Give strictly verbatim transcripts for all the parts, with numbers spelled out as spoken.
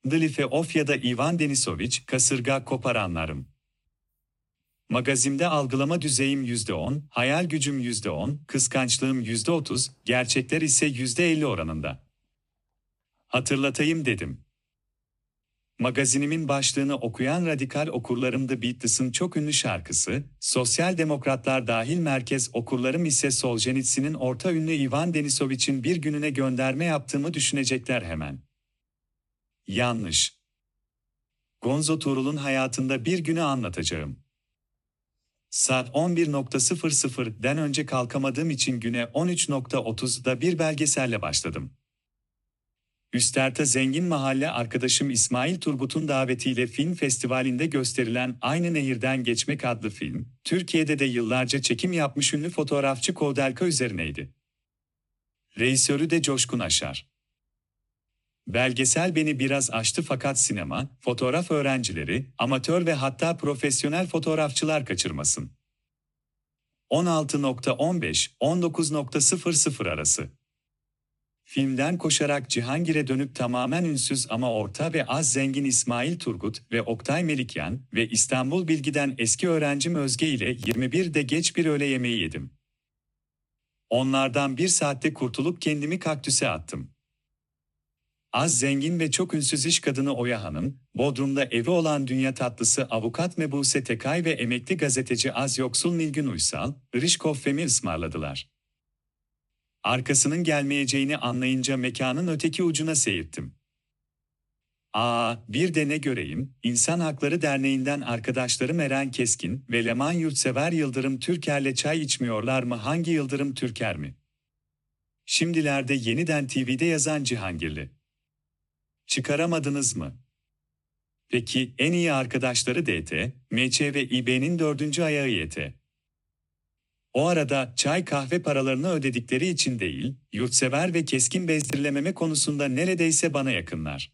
Dlife Ofya'da Ivan Denisoviç, kasırga koparanlarım. Magazimde algılama düzeyim yüzde on, hayal gücüm yüzde on, kıskançlığım yüzde otuz, gerçekler ise yüzde elli oranında. Hatırlatayım dedim. Magazinimin başlığını okuyan radikal okurlarım The Beatles'ın çok ünlü şarkısı, sosyal demokratlar dahil merkez okurlarım ise Soljenitsin'in orta ünlü Ivan Denisoviç'in bir gününe gönderme yaptığımı düşünecekler hemen. Yanlış. Gonzo Tuğrul'un hayatında bir günü anlatacağım. Saat on bir den önce kalkamadığım için güne on üç otuzda bir belgeselle başladım. Üsterta Zengin Mahalle arkadaşım İsmail Turgut'un davetiyle film festivalinde gösterilen Aynı Nehirden Geçmek adlı film, Türkiye'de de yıllarca çekim yapmış ünlü fotoğrafçı Koudelka üzerineydi. Rejisörü de Coşkun Aşar. Belgesel beni biraz aştı fakat sinema, fotoğraf öğrencileri, amatör ve hatta profesyonel fotoğrafçılar kaçırmasın. on altı on beş on dokuz arası. Filmden koşarak Cihangir'e dönüp tamamen ünsüz ama orta ve az zengin İsmail Turgut ve Oktay Melikyan ve İstanbul Bilgi'den eski öğrencim Özge ile yirmi birde geç bir öğle yemeği yedim. Onlardan bir saatte kurtulup kendimi kaktüse attım. Az zengin ve çok ünsüz iş kadını Oya Hanım, Bodrum'da evi olan dünya tatlısı avukat Mebuse Tekay ve emekli gazeteci az yoksul Nilgün Uysal, Irish Coffee'mi ısmarladılar. Arkasının gelmeyeceğini anlayınca mekanın öteki ucuna seyirttim. Aa, bir de ne göreyim, İnsan Hakları Derneği'nden arkadaşlarım Eren Keskin ve Leman Yurtsever Yıldırım Türker'le çay içmiyorlar mı? Hangi Yıldırım Türker mi? Şimdilerde yeniden T V'de yazan Cihangirli. Çıkaramadınız mı? Peki en iyi arkadaşları D T, M Ç ve İ B'nin dördüncü ayağı Y T. O arada çay kahve paralarını ödedikleri için değil, yurtsever ve keskin bezdirilememe konusunda neredeyse bana yakınlar.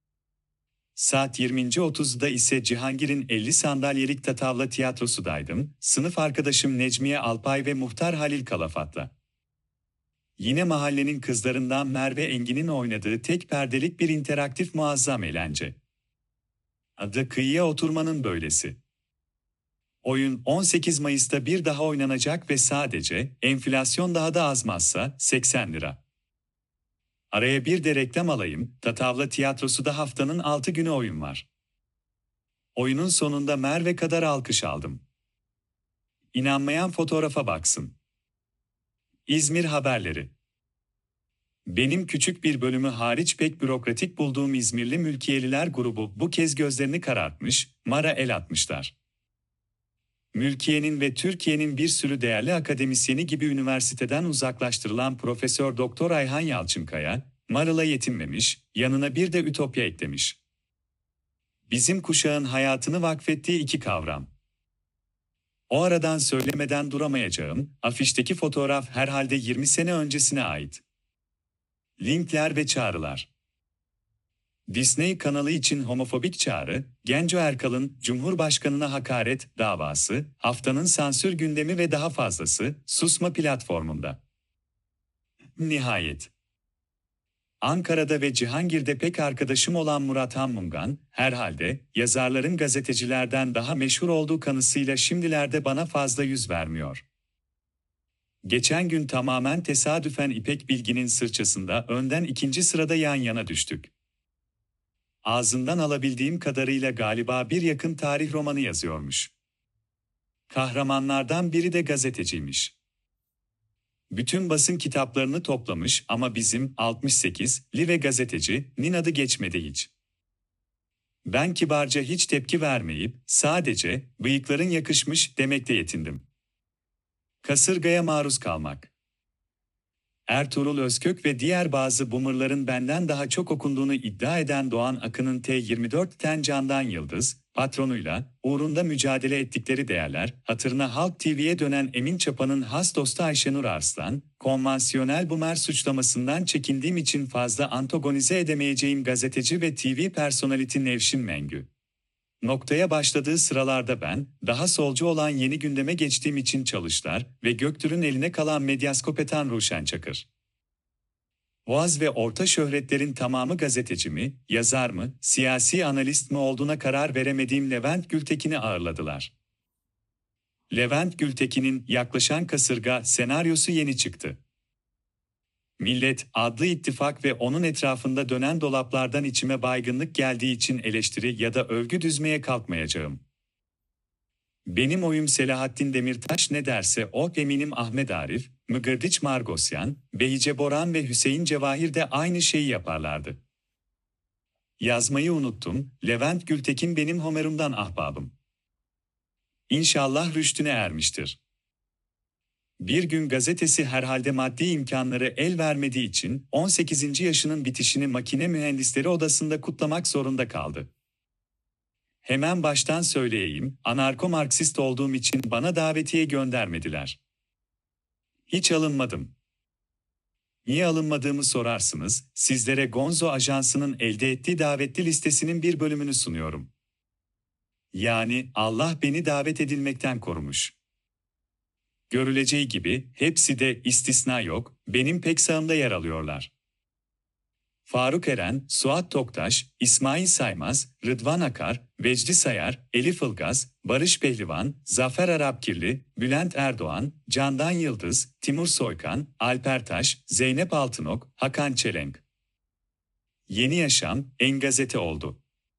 Saat yirmi otuzda ise Cihangir'in elli sandalyelik Tatavla tiyatrosudaydım, sınıf arkadaşım Necmiye Alpay ve muhtar Halil Kalafat'la. Yine mahallenin kızlarından Merve Engin'in oynadığı tek perdelik bir interaktif muazzam eğlence. Adı Kıyıya Oturmanın Böylesi. Oyun on sekiz Mayıs'ta bir daha oynanacak ve sadece, enflasyon daha da azmazsa, seksen lira. Araya bir de reklam alayım, Tatavla Tiyatrosu'da haftanın altı günü oyun var. Oyunun sonunda Merve kadar alkış aldım. İnanmayan fotoğrafa baksın. İzmir haberleri. Benim küçük bir bölümü hariç pek bürokratik bulduğum İzmirli mülkiyeliler grubu bu kez gözlerini karartmış, Mara el atmışlar. Mülkiye'nin ve Türkiye'nin bir sürü değerli akademisyeni gibi üniversiteden uzaklaştırılan Profesör Doktor Ayhan Yalçınkaya, Mara'la yetinmemiş, yanına bir de Ütopya eklemiş. Bizim kuşağın hayatını vakfettiği iki kavram. O aradan söylemeden duramayacağım, afişteki fotoğraf herhalde yirmi sene öncesine ait. Linkler ve çağrılar. Disney kanalı için homofobik çağrı, Genco Erkal'ın Cumhurbaşkanına hakaret davası, haftanın sansür gündemi ve daha fazlası, Susma platformunda. Nihayet. Ankara'da ve Cihangir'de pek arkadaşım olan Murat Hammungan, herhalde yazarların gazetecilerden daha meşhur olduğu kanısıyla şimdilerde bana fazla yüz vermiyor. Geçen gün tamamen tesadüfen İpek Bilgin'in sırçasında önden ikinci sırada yan yana düştük. Ağzından alabildiğim kadarıyla galiba bir yakın tarih romanı yazıyormuş. Kahramanlardan biri de gazeteciymiş. Bütün basın kitaplarını toplamış ama bizim altmış sekizli ve gazetecinin adı geçmedi hiç. Ben kibarca hiç tepki vermeyip sadece bıyıkların yakışmış demekle yetindim. Kasırgaya maruz kalmak. Ertuğrul Özkök ve diğer bazı boomerların benden daha çok okunduğunu iddia eden Doğan Akın'ın T yirmi dörtten Candan Yıldız, patronuyla, uğrunda mücadele ettikleri değerler, hatırına Halk T V'ye dönen Emin Çapa'nın has dostu Ayşenur Arslan, konvansiyonel boomer suçlamasından çekindiğim için fazla antagonize edemeyeceğim gazeteci ve T V personality Nevşin Mengü. Noktaya başladığı sıralarda ben, daha solcu olan Yeni Gündem'e geçtiğim için Çalışlar ve Göktürk'ün eline kalan Medyaskop eten Ruşen Çakır. Boğaz ve orta şöhretlerin tamamı gazeteci mi, yazar mı, siyasi analist mi olduğuna karar veremediğim Levent Gültekin'i ağırladılar. Levent Gültekin'in Yaklaşan Kasırga senaryosu yeni çıktı. Millet adlı ittifak ve onun etrafında dönen dolaplardan içime baygınlık geldiği için eleştiri ya da övgü düzmeye kalkmayacağım. Benim oyum Selahattin Demirtaş ne derse o, eminim Ahmet Arif, Mıgırdiç Margosyan, Behice Boran ve Hüseyin Cevahir de aynı şeyi yaparlardı. Yazmayı unuttum, Levent Gültekin benim Homer'umdan ahbabım. İnşallah rüştüne ermiştir. Bir Gün gazetesi herhalde maddi imkanları el vermediği için on sekizinci yaşının bitişini makine mühendisleri odasında kutlamak zorunda kaldı. Hemen baştan söyleyeyim, anarko-marksist olduğum için bana davetiye göndermediler. Hiç alınmadım. Niye alınmadığımı sorarsınız, sizlere Gonzo Ajansı'nın elde ettiği davetli listesinin bir bölümünü sunuyorum. Yani Allah beni davet edilmekten korumuş. Görüleceği gibi hepsi de istisna yok, benim pek sağımda yer alıyorlar. Faruk Eren, Suat Toktaş, İsmail Saymaz, Rıdvan Akar, Vecdi Sayar, Elif Ilgaz, Barış Pehlivan, Zafer Arapkirli, Bülent Erdoğan, Candan Yıldız, Timur Soykan, Alper Taş, Zeynep Altınok, Hakan Çelenk. Yeni Yaşam, En Gazete oldu.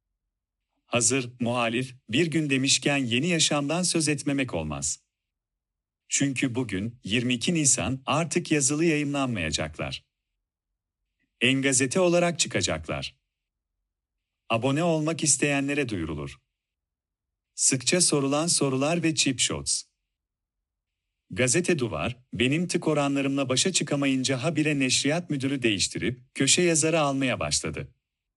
Hazır muhalif Bir Gün demişken Yeni Yaşam'dan söz etmemek olmaz. Çünkü bugün yirmi iki Nisan artık yazılı yayımlanmayacaklar. En Gazete olarak çıkacaklar. Abone olmak isteyenlere duyurulur. Sıkça sorulan sorular ve cheap shots. Gazete Duvar, benim tık oranlarımla başa çıkamayınca habire neşriyat müdürü değiştirip köşe yazarı almaya başladı.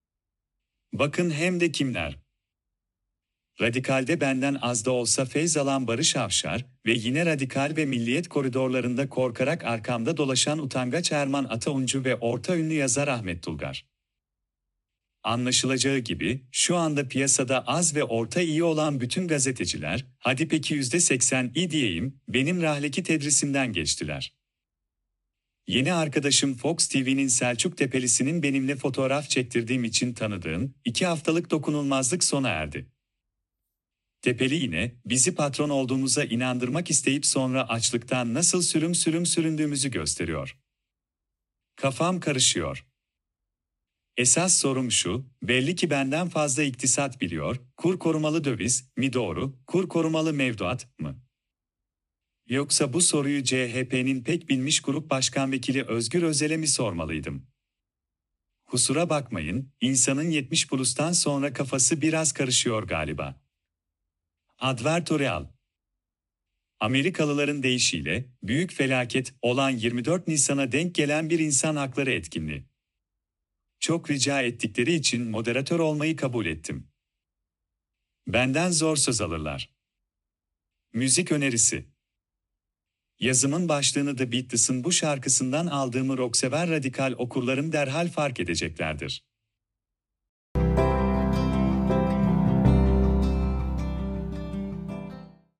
Bakın hem de kimler. Radikal'de benden az da olsa feyz alan Barış Avşar ve yine Radikal ve Milliyet koridorlarında korkarak arkamda dolaşan utangaç Erman Atauncu ve orta ünlü yazar Ahmet Tulgar. Anlaşılacağı gibi şu anda piyasada az ve orta iyi olan bütün gazeteciler, hadi peki yüzde seksen iyi diyeyim, benim rahleki tedrisimden geçtiler. Yeni arkadaşım Fox T V'nin Selçuk Tepelisi'nin benimle fotoğraf çektirdiğim için tanıdığım iki haftalık dokunulmazlık sona erdi. Tepeli yine bizi patron olduğumuza inandırmak isteyip sonra açlıktan nasıl sürüm sürüm süründüğümüzü gösteriyor. Kafam karışıyor. Esas sorum şu, belli ki benden fazla iktisat biliyor, kur korumalı döviz mi doğru, kur korumalı mevduat mı? Yoksa bu soruyu C H P'nin pek bilmiş Grup Başkan Vekili Özgür Özel'e mi sormalıydım? Kusura bakmayın, insanın yetmiş plustan sonra kafası biraz karışıyor galiba. Advertorial. Amerikalıların deyişiyle, büyük felaket olan yirmi dört Nisan'a denk gelen bir insan hakları etkinliği. Çok rica ettikleri için moderatör olmayı kabul ettim. Benden zor söz alırlar. Müzik önerisi. Yazımın başlığını The Beatles'ın bu şarkısından aldığımı rocksever radikal okurlarım derhal fark edeceklerdir.